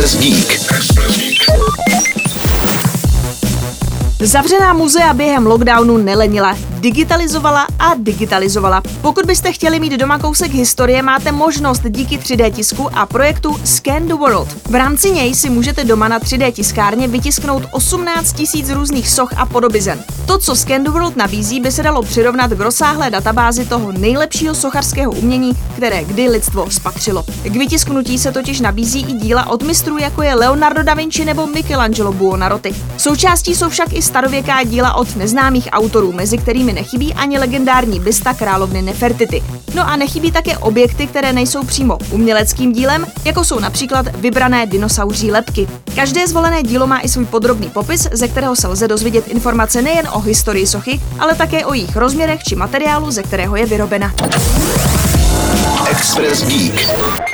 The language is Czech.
Express Geek. Zavřená muzea během lockdownu nelenila, digitalizovala. Pokud byste chtěli mít doma kousek historie, máte možnost díky 3D tisku a projektu Scan the World. V rámci něj si můžete doma na 3D tiskárně vytisknout 18 000 různých soch a podobizen. To, co Scan the World nabízí, by se dalo přirovnat k rozsáhlé databázi toho nejlepšího sochařského umění, které kdy lidstvo spatřilo. K vytisknutí se totiž nabízí i díla od mistrů, jako je Leonardo da Vinci nebo Michelangelo Buonarroti. Součástí jsou však i starověká díla od neznámých autorů, mezi kterými nechybí ani legendární bysta královny Nefertity. No a nechybí také objekty, které nejsou přímo uměleckým dílem, jako jsou například vybrané dinosauří lebky. Každé zvolené dílo má i svůj podrobný popis, ze kterého se lze dozvědět informace nejen o historii sochy, ale také o jejich rozměrech či materiálu, ze kterého je vyrobena. Express Geek.